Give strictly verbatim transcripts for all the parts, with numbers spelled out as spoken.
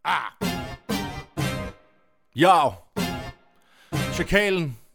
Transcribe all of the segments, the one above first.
Ah. Jo. Chakalen.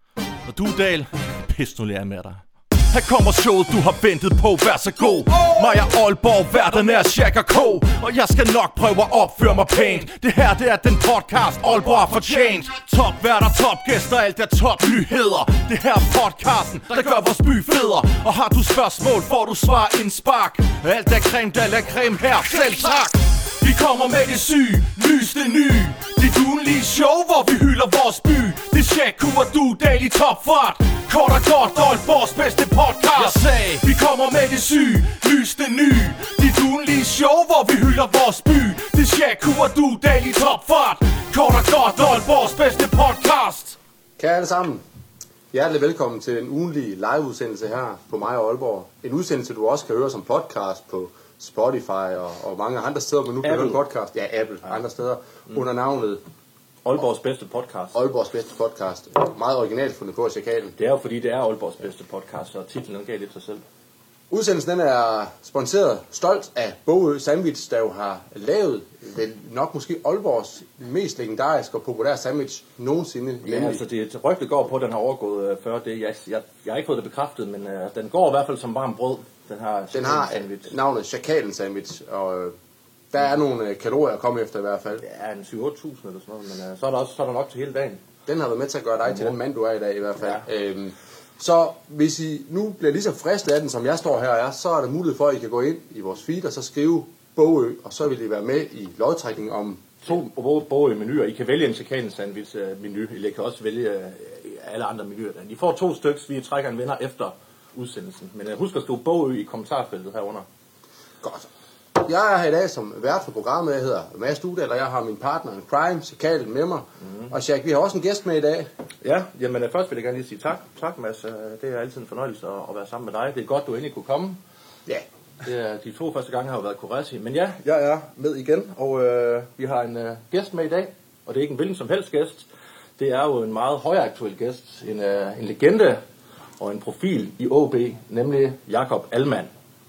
Og du, Dahl. Pis, nu lærer jeg med dig. Her kommer showet, du har ventet på, vær så god. Mig og Aalborg, verden er Shaq og K. Og jeg skal nok prøve at opføre mig pænt. Det her, det er den podcast, Aalborg har fortjent. Topværter, topgæster, alt er top nyheder. Det her er podcasten, der gør vores by federe. Og har du spørgsmål, får du svar indspark. Alt er creme, der er creme her, selv tak. Vi kommer med det syge, lys det nye. Det ugenlige show, hvor vi hylder vores by. Det er Shaq, Q og du, Dahl i topfart. Kort og godt, Aalborgs bedste podcast. Jeg sagde, vi kommer med det syge, lys det nye. Det ugenlige show, hvor vi hylder vores by. Det er Shaq, Q og du, Dahl i topfart. Kort og godt, Aalborgs bedste podcast. Kære alle sammen, hjertelig velkommen til den ugenlige liveudsendelse her på mig og Aalborg. En udsendelse, du også kan høre som podcast på Spotify og, og mange andre steder, men nu kan du høre podcast. Ja, Apple og andre steder, mm. under navnet Aalborgs bedste podcast. Aalborgs bedste podcast. Meget originalt fundet på af Chakalen. Det er jo fordi, det er Aalborgs bedste podcast, og titlen den gav lidt sig selv. Udsendelsen den er sponsoreret stolt af Bogø Sandwich, der jo har lavet vel nok måske Aalborgs mest legendariske og populære sandwich nogensinde. Ja, nemlig. Altså det et rygte går på, at den har overgået uh, før det. Jeg, jeg, jeg har ikke fået det bekræftet, men uh, den går i hvert fald som varmt brød. Den har, den har sandwich. Navnet Chakalen Sandwich, og uh, der er nogle uh, kalorier at komme efter i hvert fald. Ja, en syv til otte tusind eller sådan noget, men uh, så er der også så er der nok til hele dagen. Den har været med til at gøre dig til den mand, du er i dag i hvert fald. Ja. Øhm, så hvis I nu bliver lige så fristet af den, som jeg står her og er, så er der mulighed for, at I kan gå ind i vores feed og så skrive Bogø, og så vil I være med i lodtrækning om to Bogø-menuer. I kan vælge en Chakalen Sandwich menu, eller I kan også vælge alle andre menuer. I får to stykker, vi trækker en vinder efter udsendelsen. Men husk at skrive Bogø i kommentarfeltet herunder. Godt. Jeg er her i dag som vært for programmet. Jeg hedder Mads Dudal, og jeg har min partner in crime, Chakalen, med mig. Mm. Og Shaq, vi har også en gæst med i dag. Ja, jamen først vil jeg gerne lige sige tak. Tak, Mads. Det er altid en fornøjelse at være sammen med dig. Det er godt, du endelig kunne komme. Ja. Det er, de to første gange har jo været Kurasi. Men ja, jeg er med igen, og øh, vi har en øh, gæst med i dag. Og det er ikke en hvilken som helst gæst. Det er jo en meget højaktuel gæst. En, øh, en legende og en profil i O B, nemlig Jakob Allmann.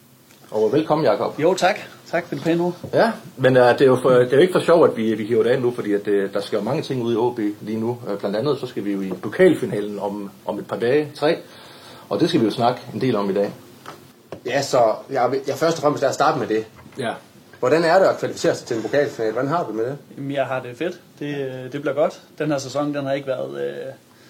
Og velkommen, Jakob. Jo, tak. Tak for det pæne ord. Ja, men uh, det, er jo for, det er jo ikke for sjovt, at vi, vi hiver det af nu, fordi at, uh, der sker jo mange ting ude i O B lige nu. Uh, blandt andet så skal vi jo i pokalfinalen om, om et par dage, tre. Og det skal vi jo snakke en del om i dag. Ja, så jeg, jeg først og fremmest lad os starte med det. Ja. Hvordan er det at kvalificere sig til en pokalfinale? Hvordan har du med det? Jamen, jeg har det fedt. Det, det bliver godt. Den her sæson, den har ikke været... Øh...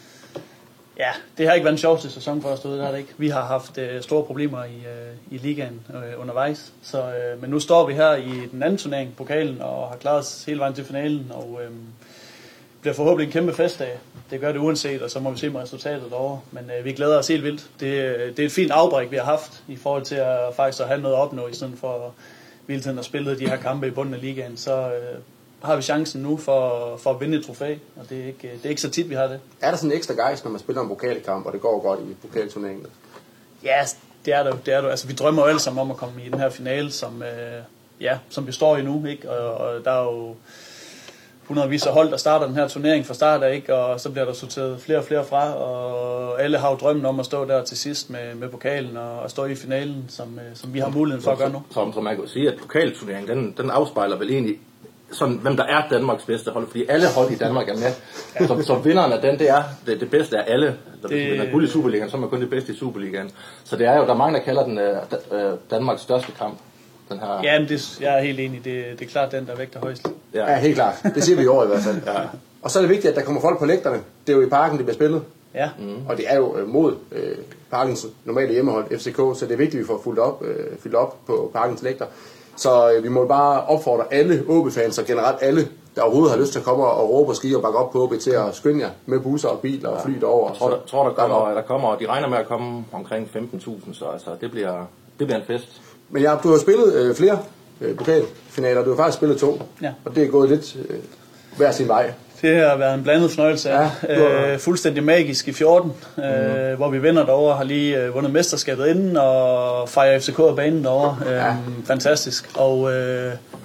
Ja, det har ikke været en sjoveste sæson for os derude, det har det ikke. Vi har haft øh, store problemer i, øh, i ligaen øh, undervejs. Så, øh, men nu står vi her i den anden turnering, pokalen, og har klaret os hele vejen til finalen. Og øh, bliver forhåbentlig en kæmpe festdag. Det gør det uanset, og så må vi se med resultatet derovre. Men øh, vi glæder os helt vildt. Det, det er et fint afbræk, vi har haft, i forhold til at faktisk at have noget at opnå, i stedet for hele tiden at spille de her kampe i bunden af ligaen. Så... Øh, har vi chancen nu for, for at vinde et trofæ, og det er, ikke, det er ikke så tit, vi har det. Er der sådan en ekstra gejst, når man spiller en pokalkamp, og det går godt i pokalturneringen? Ja, det er det, det er det. Altså, vi drømmer jo alle sammen om at komme i den her finale, som, øh, ja, som vi står i nu, ikke? Og, og der er jo hundredvis af hold, der starter den her turnering fra start af, ikke? Og så bliver der sorteret flere og flere fra, og alle har jo drømmen om at stå der til sidst med, med pokalen og, og stå i finalen, som, øh, som vi har muligheden for at gøre nu. Som, som man kan sige, at pokalturneringen, den, den afspejler vel egentlig sådan, hvem der er Danmarks bedste hold, fordi alle hold i Danmark er med. Ja. Så, så vinderen af den, det er det, det bedste af alle. Hvis man er guld i Superligaen, så er man kun det bedste i Superligaen. Så det er jo, der er mange, der kalder den uh, Danmarks største kamp. Den her... Ja, men det, jeg er helt enig. Det, det er klart den, der vægter højst. Ja. Ja, helt klart. Det siger vi i år i hvert fald. Ja. Og så er det vigtigt, at der kommer folk på lægterne. Det er jo i Parken, det bliver spillet. Ja. Mm. Og det er jo øh, mod øh, Parkens normale hjemmehold, F C K, så det er vigtigt, at vi får fuldt op, øh, fyldt op på Parkens lægter. Så øh, vi må bare opfordre alle O B-fans og generelt alle, der overhovedet har lyst til at komme og råbe og skrige og bakke op på O B til at skynde jer med busser og biler og fly derover. Jeg tror, der, tror, der kommer, der kommer, de regner med at komme omkring femten tusind, så altså, det, bliver, det bliver en fest. Men ja, du har spillet øh, flere øh, pokalfinaler, du har faktisk spillet to, ja. Og det er gået lidt øh, hver sin vej. Det har været en blandet fornøjelse af. Ja, øh, fuldstændig magisk i fjorten, øh, mm-hmm. hvor vi vinder derovre, har lige øh, vundet mesterskabet inden og fejrer F C K af banen derovre. Øh, ja. Fantastisk. Og øh,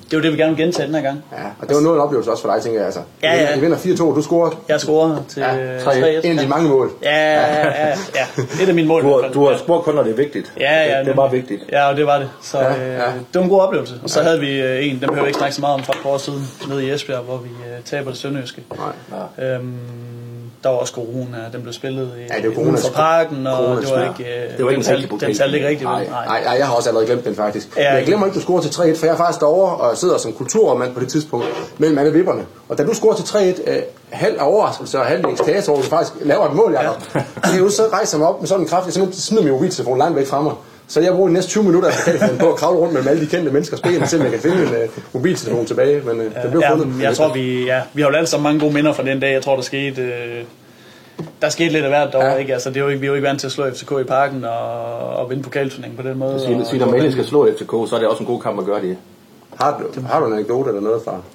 det er jo det, vi gerne vil gentage den her gang. Ja, og det var noget en oplevelse også for dig, tænker jeg. Altså. Ja, ja. I vinder fire to, du scorer. Jeg scorer til ja, tre et. En af de mange mål. Ja, ja, ja, ja. Det er mine mål. Du har, du har scoret kun, når det er vigtigt. Ja, ja. Det, det var vigtigt. Ja, og det var det. Så ja, øh, ja. det var en god oplevelse. Og så havde vi øh, en, den behøver vi ikke snakke så meget om, fra et par år siden, nede i Esbjerg, hvor vi øh, taber det sønderjyske. Nej. Øhm, der var også corona, den blev spillet i, ja, det var uden for parken, og det var ikke, det var ikke den, talte, den talte ikke rigtigt. Nej, nej, nej, jeg har også allerede glemt den faktisk. Ja, jeg glemmer ikke, du scorer til tre et, for jeg er faktisk derovre og sidder som kulturmand på det tidspunkt mellem alle vipperne. Og da du scorer til tre et, øh, halv overraskelse og halv ekstase over, du faktisk laver et mål, Jacob. Ja. Så jeg så rejser mig op med sådan en kraft, jeg simpelthen smider min mobiltelefon langt væk fra mig. Så jeg bruger de næste tyve minutter af på at kravle rundt mellem alle de kendte menneskers ben, og simpelthen kan finde en uh, mobiltelefon tilbage, men uh, ja, det blev fundet. Ja, jeg tror, vi, ja, vi har jo alle sammen mange gode minder fra den dag. Jeg tror, der skete, øh, der skete lidt af hvert derovre, ja. Ikke? Altså, det er jo ikke, vi er jo ikke vant til at slå F C K i parken og, og vinde pokalturneringen på den måde. Hvis der Malling skal slå F C K, så er det også en god kamp at gøre det. Har du, har du en anekdote eller noget fra?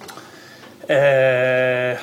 Øh,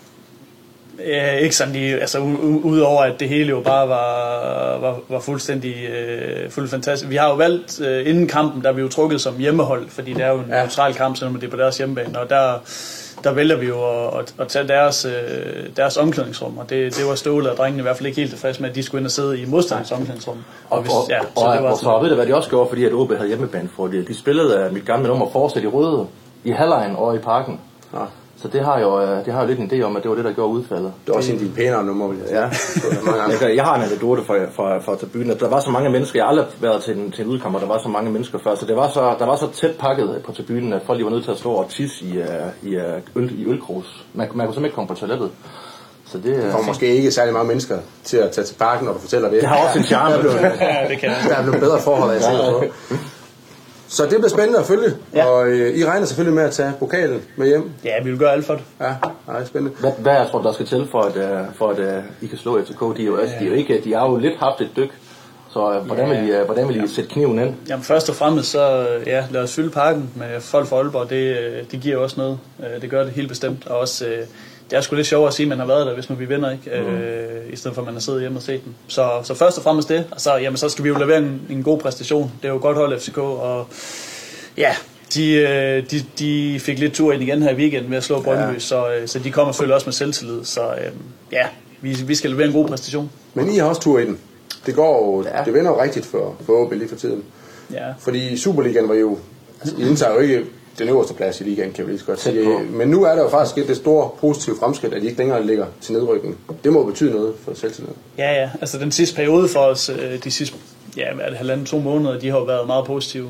øh, ikke sådan lige, altså udover at det hele jo bare var, var, var fuldstændig øh, fuldt fantastisk. Vi har jo valgt, øh, inden kampen, der er vi jo trukket som hjemmehold, fordi det er jo en ja. neutral kamp, selvom det er på deres hjemmebane, og der, der vælger vi jo at, at tage deres, øh, deres omklædningsrum, og det, det var Ståle og drengene i hvert fald ikke helt tilfreds med, at de skulle ind og sidde i modstanders omklædningsrum. Og, og, og, ja, så, og, det var og så ved du hvad de også gjorde, fordi at O B havde hjemmebane for det. De spillede af mit gamle nummer fortsat i Røde, i halvlejen og i parken. Ja. Så det har jo det har jo lidt en idé om, at det var det, der gjorde udfaldet. Det var også en af de pænere numre, vil jeg sige. Ja. Jeg har en anekdote fra, fra, fra tribunen, at der var så mange mennesker. Jeg har aldrig været til en, til en udkamp, og der var så mange mennesker før. Så det var så, der var så tæt pakket på tribunen, at folk de var nødt til at stå og tisse i, i, øl, i ølkrus. Man, man kunne simpelthen ikke komme på toilettet. Så det der kommer måske ikke særlig mange mennesker til at tage til parken, når du fortæller det. Det har også en charme. Ja, det kan der er blevet bedre forhold, jeg tænker på. Så det bliver spændende at følge, ja. Og øh, I regner selvfølgelig med at tage pokalen med hjem. Ja, vi vil gøre alt for det. Ja, det er spændende. Hvad, hvad jeg tror der skal til for at, uh, for at uh, I kan slå F C K? De er jo, altså, de er jo ikke, de har jo lidt haft et dyk. Så uh, hvordan, vil I, uh, hvordan vil I ja. sætte kniven ind? Jamen først og fremmest så ja, lad os fylde parken med folk fra Aalborg. Det, det giver også noget. Det gør det helt bestemt. Og også det er sgu lidt sjovere at sige, at man har været der, hvis nu vi vinder, ikke? Mm. Øh, i stedet for at man har siddet hjemme og set den. Så, så først og fremmest det. Og så, jamen, så skal vi jo levere en, en god præstation. Det er jo godt hold F C K, og ja, de, de, de fik lidt tur ind igen her i weekenden ved at slå Brøndby, ja. så, så de kommer selvfølgelig også med selvtillid. Så ja, vi, vi skal levere en god præstation. Men I har også tur i den. Det går jo, ja. Det vender jo rigtigt for, for O B lige for tiden. Ja. Fordi Superligaen var jo, altså, I indtager jo ikke den øverste plads i ligaen, kan vi lige så godt sige. Men nu er der jo faktisk et det store positive fremskridt, at de ikke længere ligger til nedrykning. Det må betyde noget for selvtilliden. Ja, ja. Altså den sidste periode for os, de sidste ja, hvad er det, halvanden, to måneder, de har jo været meget positive.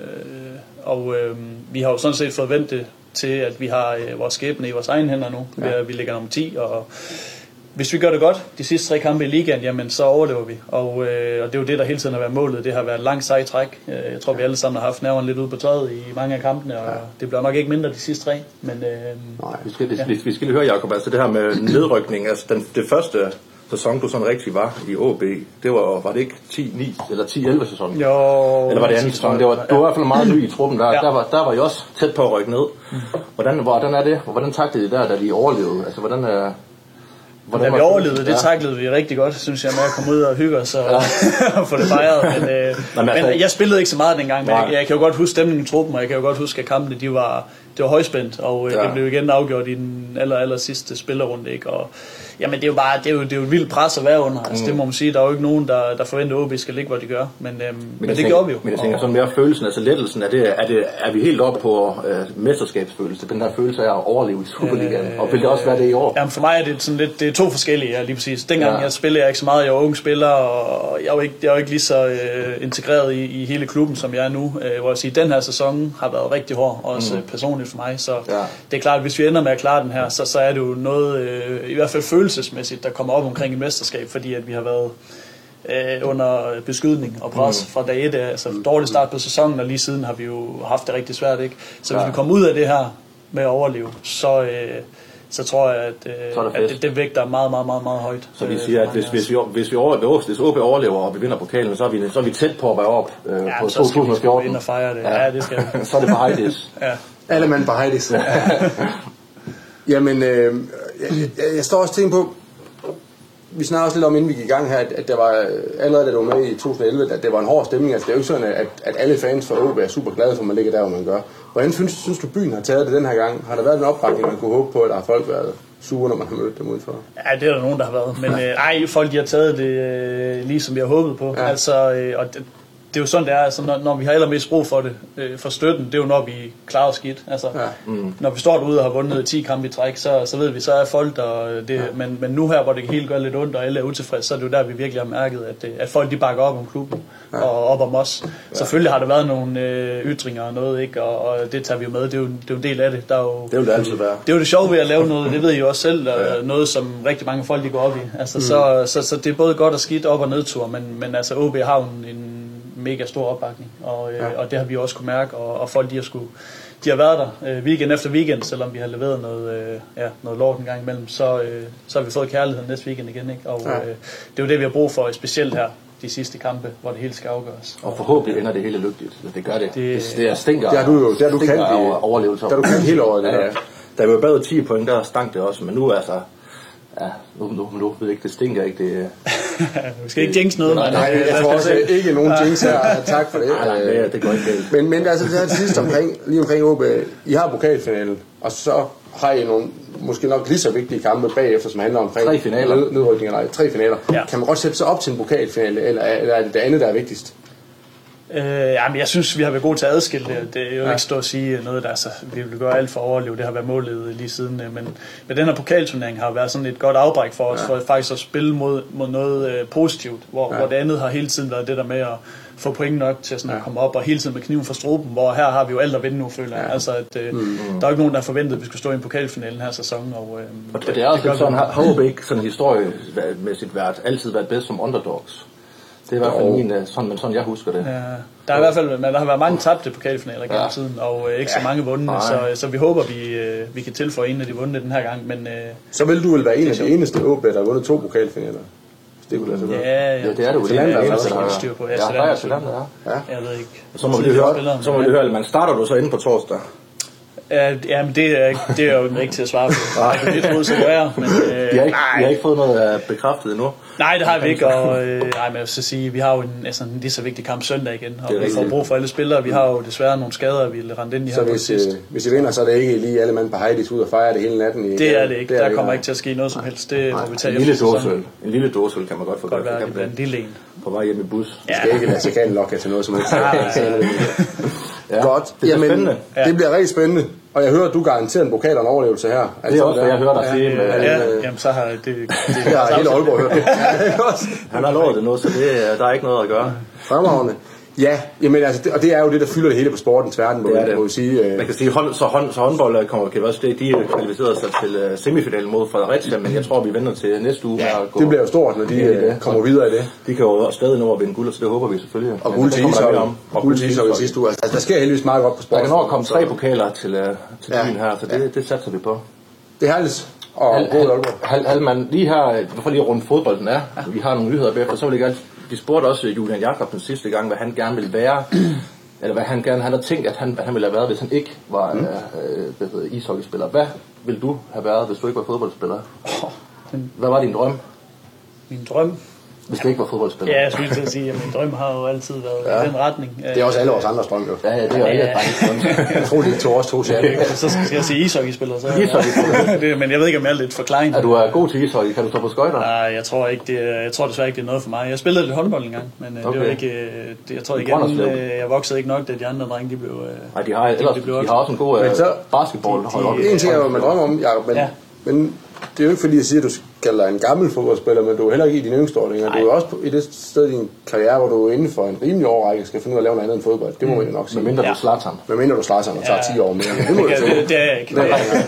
Og øh, vi har jo sådan set fået vendt det til, at vi har øh, vores skæbne i vores egen hænder nu. Ja. Vi ligger nummer ti, og hvis vi gør det godt, de sidste tre kampe i ligaen, jamen så overlever vi. Og, øh, og det er jo det, der hele tiden har været målet. Det har været et langt sejt træk. Jeg tror, vi alle sammen har haft nerverne lidt ude på tøjet i mange af kampene, og ja. det bliver nok ikke mindre de sidste tre. Men, øh, Nej, vi skal, ja. vi, vi skal lige høre, Jacob, altså det her med nedrykning, altså den, det første sæson, du sådan rigtig var i O B, det var, var det ikke ti ni eller ti elleve sæson? Jo. Eller var det anden sæson? Det var, ja. Du var i hvert fald meget ny i truppen der. Ja. Der, var, der var I også tæt på at rykke ned. Hvordan, hvordan er det? Hvordan taklede I der, da de overlevede? Altså, hvordan er... Hvordan da vi overlevede, det taklede vi rigtig godt, synes jeg, med at komme ud og hygge os og ja. få det fejret. Men, øh, Nå, men, altså, men jeg spillede ikke så meget dengang, men jeg, jeg kan jo godt huske stemningen i truppen, og jeg kan jo godt huske, at kampene de var, det var højspændt, og øh, ja. det blev igen afgjort i den aller, aller sidste spillerunde. Ikke? Og, jamen, det er jo bare det er jo, det er jo et vildt pres at være under. Altså, mm. Det må man sige, der er jo ikke nogen, der, der forventer, at O B skal ligge, hvor de gør. Men, øhm, men, men det tænker, gjorde vi jo. Men jeg tænker sådan mere følelsen, altså lettelsen, er, det, er, det, er vi helt oppe på øh, mesterskabsfølelse, den der følelse af at overleve i Superligaen, øh, og vil det også være det i år? Jamen for mig er det sådan lidt, det er to forskellige, ja, lige præcis. Dengang ja. jeg spillede jeg ikke så meget, jeg var ung spiller, og jeg var ikke, jeg var ikke lige så øh, integreret i, i hele klubben, som jeg er nu. Øh, hvor jeg siger, den her sæson har været rigtig hård, også mm. personligt for mig, så ja. det er klart, at hvis vi ender med at klare den her, så, så er det jo noget, øh, i hvert fald følelsesmæssigt, der kommer op omkring et mesterskab, fordi at vi har været øh, under beskydning og pres mm. fra dag et, altså dårlig start på sæsonen, og lige siden har vi jo haft det rigtig svært, ikke? Så hvis ja. vi kommer ud af det her med at overleve, så, øh, så tror jeg, at, øh, det at det, det vægter meget, meget, meget, meget højt. Så vi siger, at hvis, hvis vi, hvis vi overlever, hvis O B overlever, og vi vinder pokalen, så er vi, så er vi tæt på at være op øh, ja, på to tusind og fjorten. Ind og fejre det. Ja, ja det skal vi. Så er det på Heidis. ja. Alle mand på Heidis. Ja. Jamen, øh, jeg, jeg, jeg står også tænkt på, vi snakker også lidt om, inden vi gik i gang her, at, at der var, allerede da du var med i to tusind og elleve, at det var en hård stemning. Altså, det er jo ikke sådan, at, at alle fans for O B er super glade for, at man ligger der, hvor man gør. Hvordan synes, synes du, byen har taget det den her gang? Har der været en opbakning, man kunne håbe på, eller har folk været sure, når man har mødt dem udenfor? Ja, det er der nogen, der har været. Men øh, ej, folk de har taget det øh, lige som vi har håbet på. Ja. Altså, øh, og det, det er jo sådan, det er. Altså, når, når vi har allermest brug for det, øh, for støtten, det er jo når vi klarer os skidt. Altså, ja. mm. Når vi står derude og har vundet ti kampe i træk, så, så ved vi, så er folk der. Det, ja. men, men nu her, hvor det hele gør lidt ondt, og alle er utilfredse, så er det jo der, vi virkelig har mærket, at, at folk de bakker op om klubben. Ja. Og op om os. Ja. Selvfølgelig har der været nogle øh, ytringer og noget, ikke? Og, og det tager vi jo med. Det er jo, det er jo en del af det. Der er jo, det vil det altid være. Det er jo det sjove ved at lave noget, det ved I jo også selv, og ja. Noget som rigtig mange folk de går op i. Altså, mm. så, så, så det er både godt og skidt op- og nedtur, men, men altså O B har en, en mega stor opbakning, og, øh, ja. Og det har vi også kunne mærke, og, og folk de har, skulle, de har været der øh, weekend efter weekend, selvom vi har leveret noget, øh, ja, noget lort en gang imellem, så, øh, så har vi fået kærligheden næste weekend igen, ikke? Og ja. øh, det er jo det, vi har brug for, specielt her de sidste kampe, hvor det hele skal afgøres. Og forhåbentlig ender det hele lykkeligt. Det gør det. Det, det, det er stinker. Det har du jo, det har du kan overlevelse. Det har du kan hele året. Ja, ja. Da vi var bagud ti point, der stank det også, men nu altså, ja, nu, nu, nu ved jeg ikke, det stinker ikke. Det, vi skal ikke jinx noget. Nej, nej, jeg tror også ikke nogen jinx her. Tak for det. Nej, nej, det, det går ikke galt. Men, men altså, det her til sidst omkring, lige omkring O B, I har pokalfinalen, og så har I nogle måske nok lige så vigtige kampe bagefter, som handler omkring tre finaler. Nedrykning, nej, tre finaler. Ja. Kan man godt sætte sig op til en pokalfinale, eller, eller er det det andet, der er vigtigst? Øh, jamen, jeg synes, vi har været gode til at adskille det. Det er jo ja. Ikke stå at sige noget, der altså, vi vil gøre alt for at overleve. Det har været målet lige siden. Men, men den her pokalturnering har været sådan et godt afbræk for os, ja. For faktisk at spille mod, mod noget øh, positivt, hvor, ja. Hvor det andet har hele tiden været det der med at få point nok til sådan ja. At komme op, og hele tiden med kniven for struben, hvor her har vi jo alt at vinde nu, føler jeg. Ja. Altså, at, øh, mm. der er ikke nogen, der har forventet, at vi skulle stå i en pokalfinale den her sæson. Og, øh, og det, det er også det sådan, har O B ikke sådan en historie med sit været, altid været bedst som underdogs. Det er i hvert fald min, sådan, men sådan jeg husker det. Ja, der er i hvert fald, men der har været mange tabte pokalfinaler gennem ja. Tiden, og øh, ikke ja. Så mange vundne, så, så vi håber, vi, øh, vi kan tilføje en af de vundne den her gang. Men, øh, så vil du vel være en af de eneste O B'er, der har vundet to pokalfinaler? Det kunne lade sig gøre. Ja, ja. Ja, det er det jo. Det er det eneste, der har styr på. Ja, ja, der er til landet, ja. Jeg ved ikke. Så må vi høre, så må vi høre, man starter du så inde på torsdag. Ja, men det er, det er jo ikke til at svare på. Nej, det troede så gør, men øh, vi har ikke, vi har ikke fået noget bekræftet endnu. Nej, det har vi ikke, og øh, ej, men jeg vil så sige, vi har jo en, altså, en lige så vigtig kamp søndag igen, og vi får brug for alle spillere. Vi har jo desværre nogle skader, vi vil rende ind i her på sidst. Øh, hvis I vinder, så er det ikke lige alle mand på Heidis ud og fejre det hele natten. I, det er det ikke. Det er der det kommer ikke til at ske noget som helst. Det må vi tage en lille dåsøl. En lille dåsøl kan man godt få. Godt være, det bliver en lille en. På vej hjem i bus. Ja. Skal ikke lade sig kan lokke til noget som helst. Ja, godt. Det, Jamen, spændende. Det bliver rigtig spændende. Og jeg hører, at du garanterer en pokal og en overlevelse her. Altså, det er også, hvad jeg hører dig sige. Ja, ja, jamen, så har det... Det, det har hele Aalborg hørt. Han har lovet det nu, så det, der er ikke noget at gøre. Fremragende. Ja, jamen, altså, det, og det er jo det, der fylder det hele på sportens verden, må, det det. må vi sige. Man kan sige, hånd, så, hånd, så håndbold kommer, kan også det, de er kvalificeret sig til uh, semifinalen mod Fredericia, men jeg tror, vi venter til næste uge. Ja, gå, det bliver jo stort, når de ja, kommer videre i det. De kan jo stadig nå at vinde guld, så det håber vi selvfølgelig. Og guld til ishockey. Og guld til ishockey sidste uge. Altså, der sker heldigvis meget godt på sporten. Der kan nå at komme tre pokaler til, uh, til ja. Byen her, så det, ja. det satser vi på. Det er herligt. Og Hal, Hal, Hal, Hal, lige her, hvorfor lige rundt fodbolden er, vi har nogle nyheder bagefter, så vil jeg gerne. De spurgte også Julian Jacobsen sidste gang, hvad han gerne ville være, eller hvad han gerne han havde tænkt, at han, at han ville have været, hvis han ikke var mm. øh, ishockeyspiller. Hvad ville du have været, hvis du ikke var fodboldspiller? Hvad var din drøm? Min drøm? Hvis det ikke var fodboldspiller. Ja, jeg skulle til at sige, at min drøm har jo altid været ja. I den retning. Det er også alle vores andres drøm, jo. Ja, ja, det er jo alle andres drøm. Jeg tror, det er to års to særligt. Så skal jeg sige ishockeyspiller, så. Ishockeyspiller. Men jeg ved ikke, om jeg er lidt forklejende. Er du er god til ishockey? Kan du stå på skøjter? Nej, jeg tror ikke, det er, jeg tror desværre ikke, det er noget for mig. Jeg spillede lidt håndbold engang, men okay. Det var ikke, det, jeg tror igen, jeg voksede ikke nok, da de andre drenge, de blev... Nej, de har, ellers, de, de, de har også en god basketball. En ting er jo, man drømmer om, Jacob, men, men det er jo ikke fordi, jeg siger, at du skal være en gammel fodboldspiller, men du er heller ikke i dine yngste ordninger. Du er også i det sted i din karriere, hvor du er inden for en rimelig årrække skal finde ud af at lave noget andet end fodbold. Det må man jo nok sige. Med mindre du Zlatan. Med mindre du Zlatan og tager ti år mere. Det, må det, det, det er jeg ikke.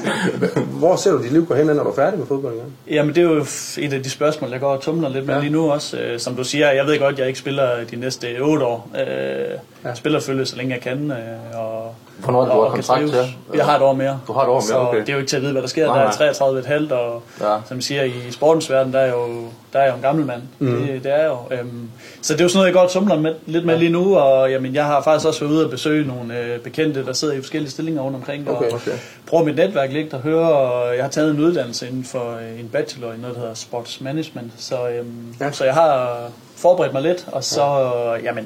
Hvor ser du dit liv gå hen, når du er færdig med fodbold? Jamen det er jo et af de spørgsmål, jeg går og tumler lidt med ja. Lige nu også. Som du siger, jeg ved godt, at jeg ikke spiller de næste otte år. Jeg spiller selvfølgelig så længe jeg kan. Og hvornår har du har kontrakt til? Jeg har et år mere. Du har et år mere, okay. Så det er jo ikke til at vide, hvad der sker. Nej, der er treogtredive komma fem, og ja. Som siger, i sportens verden, der er jo, der er jo en gammel mand. Mm. Det, det er jo. Øhm, så det er jo sådan noget, jeg går og tumler med, lidt med ja. Lige nu, og jamen, jeg har faktisk også været ude og besøge nogle øh, bekendte, der sidder i forskellige stillinger rundt omkring, okay, og okay. prøver mit netværk lidt at høre, og jeg har taget en uddannelse inden for øh, en bachelor i noget, der hedder sports management, så, øhm, ja. Så jeg har forberedt mig lidt, og så, ja. Jamen,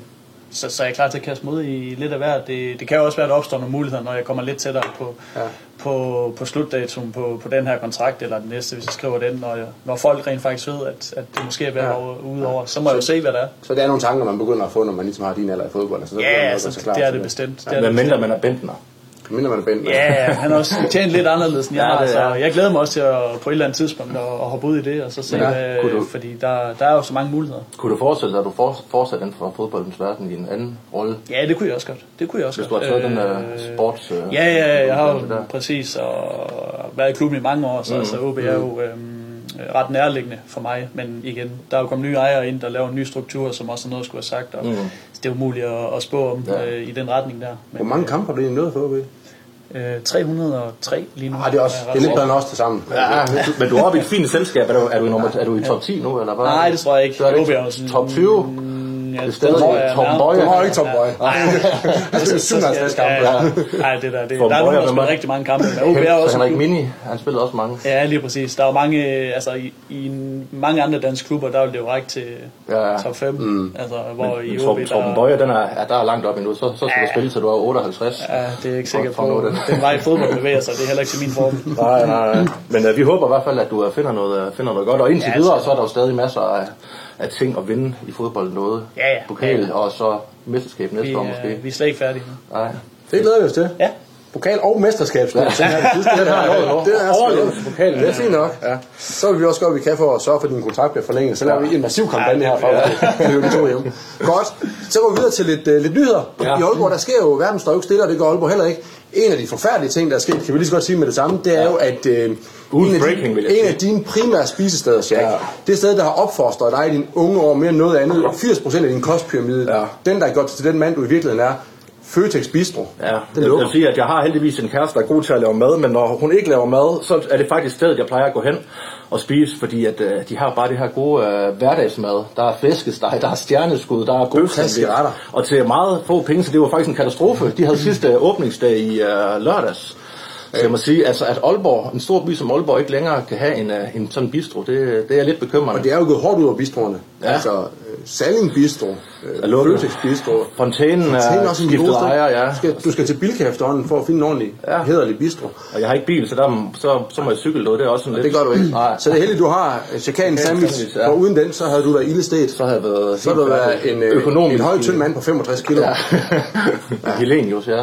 så, så er jeg klar til at kaste mod i lidt af hvert. Det, det kan jo også være, at der opstår nogle muligheder, når jeg kommer lidt tættere på, ja. på, på slutdatoen på, på den her kontrakt, eller den næste, hvis jeg skriver den, når, jeg, når folk rent faktisk ved, at, at det måske er været ja. ude over, så må så, jeg jo se, hvad det er. Så det er nogle tanker, man begynder at få, når man ligesom har din alder i fodbold? Altså, så ja, altså, det, det er det bestemt. Ja, men mindre man er Bentner. Mindre man er Bentner. Ja, han har også tjent lidt anderledes end jeg har, så jeg glæder mig også til at på et eller andet tidspunkt at, at hoppe ud i det, og så se, ja, hvad, du, fordi der, der er jo så mange muligheder. Kunne du forestille dig, at du fortsætter inden for fodboldens verden i en anden rolle? Ja, det kunne jeg også godt. Det kunne jeg også Hvis godt. du har taget øh, den uh, sports... Uh, ja, ja, jeg har jo præcis og været i klubben i mange år, så, mm. så O B er jo øhm, ret nærliggende for mig, men igen, der er jo kommet nye ejere ind, der laver en ny struktur, som også er noget, skulle have sagt, og mm. det er umuligt at, at spå om ja. øh, i den retning der. Men, hvor mange kampe har du egentlig nået for O B? Øh, tre hundrede og tre lige nu. Ah, det er, også, det er lidt bedre end os til sammen. Ja, men du er oppe i et fint selskab. Er du, er du, i, nummer, er du i top ti nu? Eller hvad? Nej, det tror jeg ikke. Så er det ikke top tyve? Mm, ja, det er Tom Bøje. Du har ikke Tom Bøje. Nej, det er syvoghalvtreds kampe. Nej, det der, det, der er nogen, der spiller rigtig mange kampe. Men O B er også... Henrik Mini, han spillede også mange. Ja, lige præcis. Der er jo mange, altså i, i mange andre danske klubber, der vil det jo række til ja, ja. top fem. Mm. Altså, hvor men, i O B, der... Torben Bøje, den er, ja, der er langt op endnu. Så, så skal ja. du spille, til du er otteoghalvtreds. Ja, det er ikke sikkert på. Den vej i fodbold bevæger sig, det er heller ikke til min form. Nej, nej, men uh, vi håber i hvert fald, at du finder noget, finder noget godt. Og indtil ja, videre, så er der jo stadig masser af, af ting at vinde i fodbold. Noget ja, ja. pokal, ja. og så mesterskab næste vi, år måske. Vi er slet ikke færdige nu. Nej. Det glæder vi os til. Ja. Pokal og mesterskab. Ja. Det er det er fint nok. Ja. Så vil vi også gøre, hvad vi kan for at sørge for, at din kontrakt bliver forlænget. Så laver vi en massiv kampagne herfra. Ja. Det to hjemme. Godt. Så går vi videre til lidt, uh, lidt nyheder. Ja. I Aalborg, der sker jo, verden står jo ikke stille, og det går Aalborg heller ikke. En af de forfærdelige ting, der er sket, kan vi lige så godt sige med det samme, det er ja. jo, at uh, en, af breaking, de, en af dine primære spisesteder, Jack, ja. det sted, der har opfostret dig i dine unge år mere end noget andet, firs procent af din kostpyramide, ja. den, der er godt til den mand, du i virkeligheden er, Føtex Bistro. Ja, jeg vil sige, at jeg har heldigvis en kæreste, der er god til at lave mad, men når hun ikke laver mad, så er det faktisk stedet, jeg plejer at gå hen og spise, fordi at, øh, de har bare det her gode øh, hverdagsmad. Der er flæskesteg, der er stjerneskud, der er bøfsandwich, og til meget få penge, så det var faktisk en katastrofe. De havde sidste åbningsdag i øh, lørdags. Så jeg må sige, altså, at Aalborg, en stor by som Aalborg, ikke længere kan have en, en sådan bistro, det, det er lidt bekymrende. Og det er jo gået hårdt ud af bistroerne. Ja. Altså, Salling Bistro, Føtex Bistro, Fontænen er skiftet ejer, ja. Du skal, du skal til Bilka efterhånden for at finde en ordentlig, ja. hederlig bistro. Og jeg har ikke bil, så, der, så, så må jeg cykle noget, det er også sådan lidt... Det gør du ikke. Nej. Så det er heldigt, du har Chicago Sandwich, ja. og uden den, så havde du været ildested. Så havde jeg været, så havde du været en, økonomisk, en høj tynd mand på femogtres kilo. Ja. ja. Helenius, ja.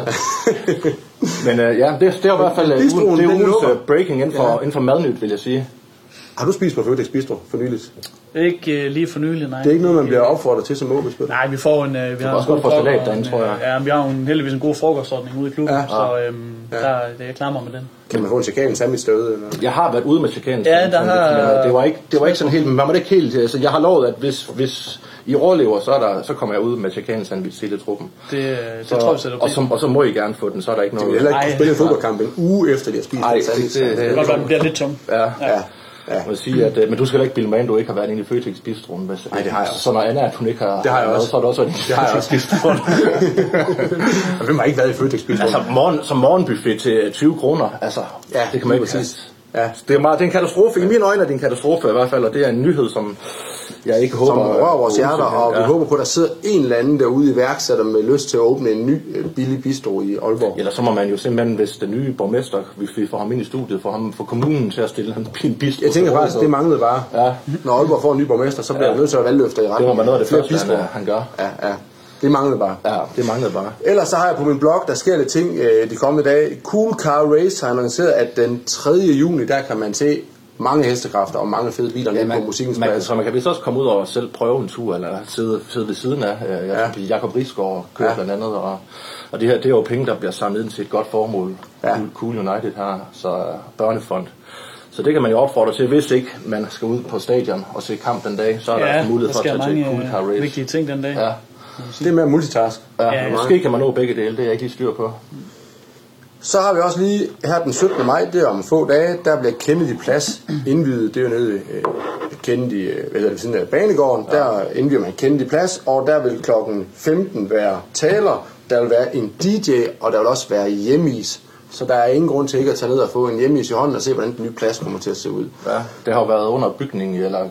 Men uh, ja, det, det er i hvert fald uh, det er ugens uh, breaking inden for, ja. inden for madnyt, vil jeg sige. Har du spist på Føtex Bistro for nyligt? Ikke uh, lige for nylig, nej. Det er ikke noget, man bliver opfordret til som målbespiller? Nej, vi får en... Uh, vi har også godt få salat derinde, tror jeg. Ja, vi har jo en, heldigvis en god frokostordning ude i klubben, ja. så um, ja. der, det, jeg klarer mig med den. Kan man få en Chicago Sandwich derude? Eller? Jeg har været ude med Chicago Sandwich. Ja, der har... Det var ikke, det var ikke sådan helt... Man må ikke helt... Altså, jeg har lovet, at hvis... hvis I overlever, så, er der, så kommer jeg ud med Chicago Sandwich hele truppen. Det, det så, tror jeg, sætter og, så, og så må I gerne få den, så er der ikke noget... Det vil heller ikke spille en fodboldkamp en uge efter, de har spist en sandwich. Det, det, det, det, det, det bliver lidt tung. Ja, ja. ja. Ja. Jeg sige, at, men du skal da ikke bilde mig ind, du ikke har været inde i Føtex Bistroen. Nej, det har jeg også. Så når Anna, at hun ikke har, det har jeg også. så har du også været det har jeg også. Bistroen. Hvem har ikke været i Føtex Bistroen? Altså, morgen, som morgenbuffet til tyve kroner, altså, ja, det kan man ikke sige. Ja. Det er meget, det er en katastrofe. I mine øjne er det en katastrofe i hvert fald, og det er en nyhed, som jeg ikke håber... Som rører vores hjerter, og ja. vi håber på, at der sidder en eller anden derude i værksætter med lyst til at åbne en ny billig bistro i Aalborg. Eller så må man jo simpelthen, hvis den nye borgmester, hvis vi får ham ind i studiet, får ham for kommunen til at stille en bistro. Jeg tænker faktisk, det manglede bare. Ja. Når Aalborg får en ny borgmester, så bliver ja. der nødt til at være valgløfter i retning. Det var noget af det første, han, han gør. Ja, ja. Det manglede bare. Ja, det manglede bare. Ellers så har jeg på min blog, der sker lidt ting øh, de kommende dage. Cool Car Race har annonceret, at den tredje juni, der kan man se mange hestekræfter og mange fede biler ja, man, på musikkens plads. Så man kan vist også komme ud og selv prøve en tur, eller sidde, sidde ved siden af. Jeg ja. Jakob Risgaard kører ja. blandt andet, og, og det her det er jo penge, der bliver samlet ind til et godt formål. Ja. Cool United har, så børnefond. Så det kan man jo opfordre til, hvis ikke man skal ud på stadion og se kamp den dag, så er der ja, altså mulighed for at tage til Cool Car Race. Vigtige ting den dag. Ja. Det er mere multitask. Ja, ja, måske kan man nå begge dele, det er jeg ikke lige styr på. Så har vi også lige her den syttende maj, det er om få dage, der bliver Kennedy Plads indviet. Det er jo nede ved øh, Kennedy, hvad hedder det, siden af banegården. Ja. Der indviger man Kennedy Plads, og der vil klokken femten være taler, der vil være en D J, og der vil også være hjemmeis. Så der er ingen grund til ikke at tage ned og få en hjemmeis i hånden og se, hvordan den nye plads kommer til at se ud. Ja, det har jo været under bygning, eller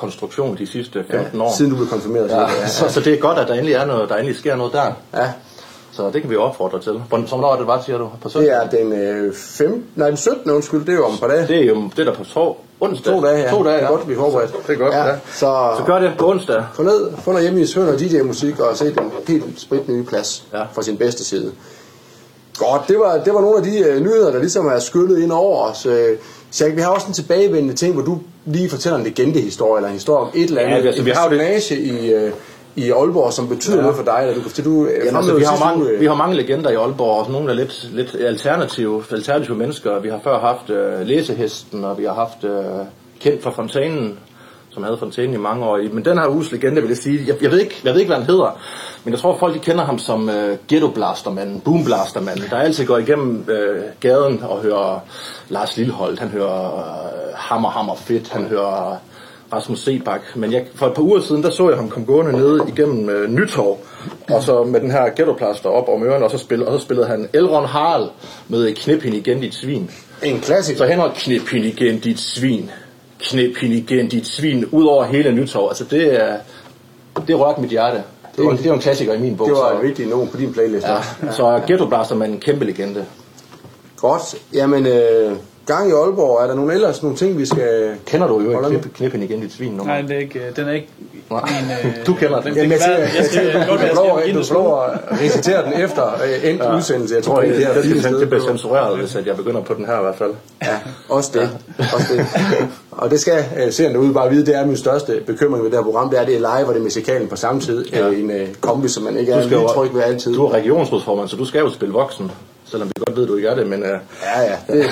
konstruktion de sidste femten ja, år. Siden du blev konfirmeret. Ja, ja. Så, så det er godt, at der endelig er noget, der endelig sker noget der. Ja. Så det kan vi opfordre til. Som når det var, siger du? På det er den øh, femtende, nej, den syttende, undskyld, det er jo om et par dage. Det er jo det der på to, onsdag. To dage, ja. To dage, ja. Det er godt, vi er forberedt. Det er godt, ja. ja. Så, så gør det på onsdag. Få ned, få noget hjemme i Svøn og D J-musik og se den helt sprit nye plads ja. fra sin bedste side. Godt, det var, det var nogle af de øh, nyheder, der ligesom er skyllet ind over os. Øh, så vi har også en tilbagevendende ting, hvor du lige fortæller en legendehistorie, eller en historie om et eller andet. Ja, altså, vi har jo det i... Øh, i Aalborg, som betyder ja. noget for dig, eller du kan du ja, altså, vi har mange uge, vi har mange legender i Aalborg, og nogle er lidt lidt alternative, alternative mennesker. Vi har før haft uh, læsehesten, og vi har haft uh, kendt fra Fontænen, som havde Fontænen i mange år. Men den her uges legende vil jeg sige, jeg, jeg ved ikke, jeg ved ikke hvad han hedder, men jeg tror folk de kender ham som uh, ghettoblastermanden, boomblastermanden, der altid går igennem uh, gaden og hører Lars Lilholt, han hører uh, Hammer Hammer Fedt, han hører Rasmus Sebak, men jeg, for et par uger siden, der så jeg ham komme gående ned igennem øh, Nytorv, og så med den her ghettoplaster op om ørerne, og så spillede, og så spillede han Elron Harald med Knip hende igen, dit svin. En klassiker. Så Henrik, knip hende igen, dit svin. Knip hende igen, dit svin, ud over hele Nytorv. Altså det er, det rørte mit hjerte. Det var, det var en klassiker i min bog. Det var en vigtig nogen på din playlist. Ja, ja. Så ghettoblaster man en kæmpe legende. Godt, jamen... Øh gang i Aalborg, er der nogle ellers nogle ting, vi skal... Kender du jo ikke knip hende igen dit svin? Nummer? Nej, det er ikke, den er ikke min... Øh, du kender den. Jamen, jeg siger, jeg skal godt være, du får lov at recitere den efter øh, endt ja. udsendelse. Jeg tror ikke, det er det, det, det bliver censureret, hvis jeg begynder på den her i hvert fald. Ja, også det. Ja. Også det. Og det skal uh, seerne derude bare vide, det er min største bekymring ved det her program, det er, det er live, og det er musikalen på samme tid. Ja. Uh, en uh, kombi, som man ikke er lige tryg ved altid. Du er regionsrådsformand, så du skal jo spille voksen. Selvom vi godt ved, du ikke er det, men... Uh... Ja, ja. Det...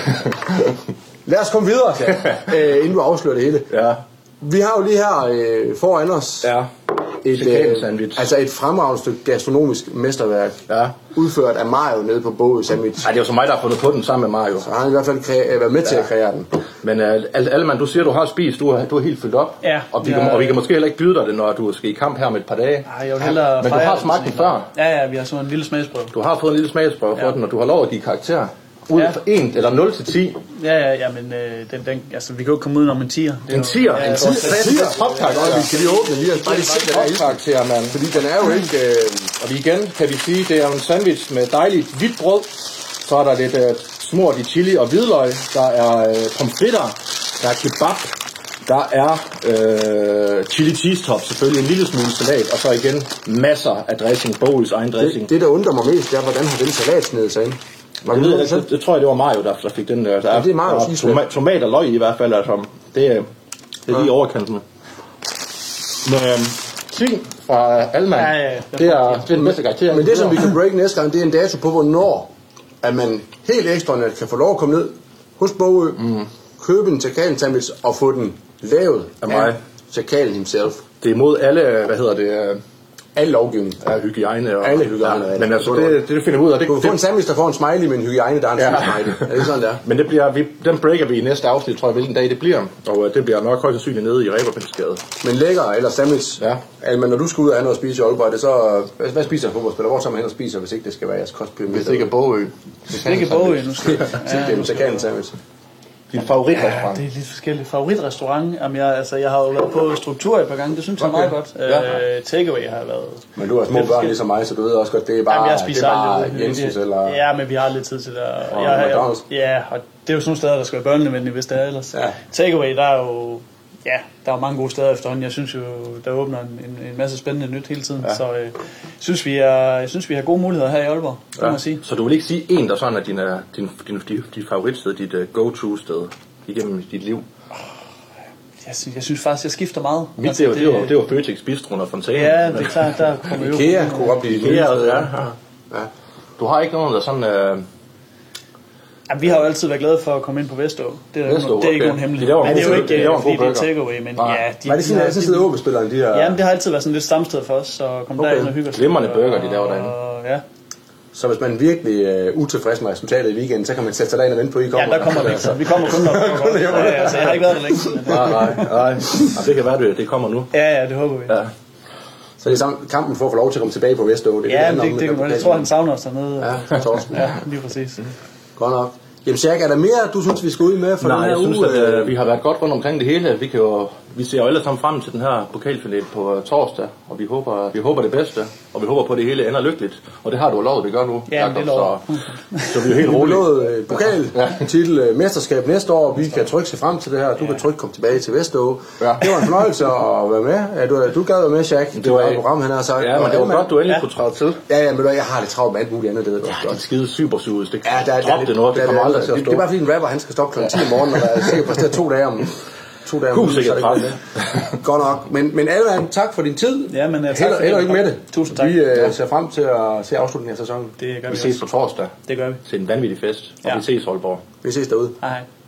Lad os komme videre, ja. uh, inden du afslører det hele. Ja. Vi har jo lige her uh, foran os... Ja. Et, øh, altså et fremragende stykke gastronomisk mesterværk, ja. udført af Mario nede på Bogø Sandwich. Nej, det er jo så mig, der har fundet på den sammen med Mario. Så har han i hvert fald kræ- været med til ja. at kreere den. Men uh, Allemann, du siger, du har spist, du er, du er helt fyldt op. Ja. Og vi, ja. kan, og vi kan måske heller ikke byde dig det, når du skal i kamp her om et par dage. Nej, jeg vil hellere Men du har smagt den før. Ja, ja, vi har sådan en lille smagsprøve. Du har fået en lille smagsprøve ja. for den, og du har lov at give karakter. Ud ja. fra en eller nul til ti. Ja, ja, ja, men øh, den, den, altså, vi kan jo ikke komme ud om en tier. En tier? Ja, en tier? Det er topkarakter. Vi skal lige åbne lige og bare se, hvad der karakter, mand. Fordi den er jo ikke... Øh... Og vi igen kan vi sige, det er en sandwich med dejligt hvidt brød. Så er der lidt øh, smurt i chili og hvidløg. Der er øh, pomfritter. Der er kebab. Der er øh, chili cheese top, selvfølgelig en lille smule salat, og så igen masser af dressing, Bogøs egen dressing. Det, det der undrer mig mest, er, hvordan har den salat snedet sig ind? Det, det, det, det, det tror jeg, det var Mario, der, der fik den der. Der ja, det er Mario, er toma, tomat og løg i hvert fald, altså. Det, det er lige ja. overkanten. Men øh, ti fra Allemann, ja, ja, det, er, det er den bedste karakter. Men det, som vi kan break næste gang, det er en dato på, hvornår at man helt ekstraordinært kan få lov at komme ned hos Bogø, mm. købe en chakalen sandwich og få den lavet af mig. Chakalen himself. Det er mod alle, hvad hedder det... Alle lovgivning. Ja, hygiejne og... Alle hygiejne. Ja, men altså, det, det, det finder vi ud af. Det, du kan få en sandwich, der får en smiley med en hygiejne, der er en ja. smiley. Er det ikke sådan, der? Men det bliver, vi, den breaker vi i næste afsnit, tror jeg, hvilken dag det bliver. Og uh, det bliver nok højst sandsynligt nede i Reberpindsgade. Men lækker eller sandwich. Ja. Altså, når du skal ud og have noget at spise i Aalborg, det så... Hvad, hvad spiser en fodboldspiller? Hvor tager man hen og spiser, hvis ikke det skal være jeres kostpyramide? Hvis det ikke er Bogø. Hvis det ikke er Bogø, nu skal jeg. Det er en chakalen sandwich. Din favoritrestaurant? Ja, det er lidt forskelligt. Favoritrestaurant? Jamen, jeg, altså, jeg har jo været på Struktur et par gange, det synes jeg okay. er meget godt. Ja. Uh, takeaway har jeg været... Men du har små børn ligesom mig, så du ved også godt, det er bare, jamen, jeg spiser det er bare Jensens eller... Ja, men vi har lidt tid til det. Og jeg, jeg, McDonald's. Ja, og det er jo sådan nogle steder, der skal være børnevenlige, hvis det er ellers. Ja. Takeaway, der er jo... Ja, der er mange gode steder efterhånden. Jeg synes jo, der åbner en, en, en masse spændende nyt hele tiden. Ja. Så øh, synes vi er, jeg synes, vi har gode muligheder her i Aalborg, det ja. må sige. Så du vil ikke sige en, der sådan er din, din, din, din, din favoritsted, dit uh, go-to-sted igennem dit liv? Jeg synes, jeg synes faktisk, jeg skifter meget. Mit, altså, det, det, var, det var Føtex, Bistron og Fontænen. Ja, det er klart, der kommer jo... IKEA kunne godt blive IKEA, ja. ja. Du har ikke nogen, der sådan... Øh... Jamen, vi har jo altid været glade for at komme ind på Vestå. Det er, Vestå, det er okay. ikke nogen hemmelighed. Det, men det er jo ikke, det fordi det er takeaway, men ja. ja... De, Var det sådan, at så sidder åbespilleren, de her... Jamen, det har altid været sådan lidt stamsted for os, så kom okay. derind og hygge os. Glimrende burger, de laver derinde. Ja. Så hvis man er virkelig uh, utilfreds med resultatet i weekenden, så kan man sætte sig derind og vente på, at I kommer. Ja, der kommer vi altså. Vi kommer kun nok. ja, altså, jeg har ikke været der længe. nej, nej, nej. Det kan være, det, det kommer nu. Ja, ja, det håber vi. Ja. Så det er kampen for at få lov til at komme tilbage på Vestå. Det, ja, det, det, det, det, jeg tror, han savner os dernede. Ja, Torsten. ja, lige præcis. Godt nok. Jamen Jack, er der mere, du synes, vi skal ud med for Nej, den her jeg synes, uge? at øh, vi har været godt rundt omkring det hele. Vi, kan jo, vi ser jo alle sammen frem til den her pokalfinale på uh, torsdag, og vi håber, vi håber det bedste, og vi håber på, at det hele ender lykkeligt. Og det har du jo lovet, det gør nu, ja, Jacob, det lover. så, så vi er helt Vi har rolige. lovet øh, pokal, ja. titel, øh, mesterskab næste år. Vi kan trygt se frem til det her. Du ja. kan trygt komme tilbage til Vestå. Ja. Det var en fornøjelse at være med. Ja, du, du gad være med, Jack. Det var et program, han har sagt. Ja, men det var godt, du endelig ja. kunne træde til. Ja, ja, men jeg har lidt travlt med alt muligt andet, det ved du Ja, godt. det er skide supersugede. Det, Ja, der er, der er drop lidt, det noget, det der, kommer der, aldrig til at det, stå. det er bare fordi en rapper, han skal stoppe klokken ti om morgenen, og være sikker på, at det er to dage om to dage om Husk sikkert træt. Godt nok. Men, men Allan, tak for din tid. Ja, men uh, tak Heller, for heller det. ikke med det. Tusind tak. Vi uh, ser frem til at se afslutningen af sæsonen. Det gør vi, Vi ses på torsdag Det gør vi. til en vanvittig fest, og Ja. vi ses Aalborg. Vi ses derude. Hej hej.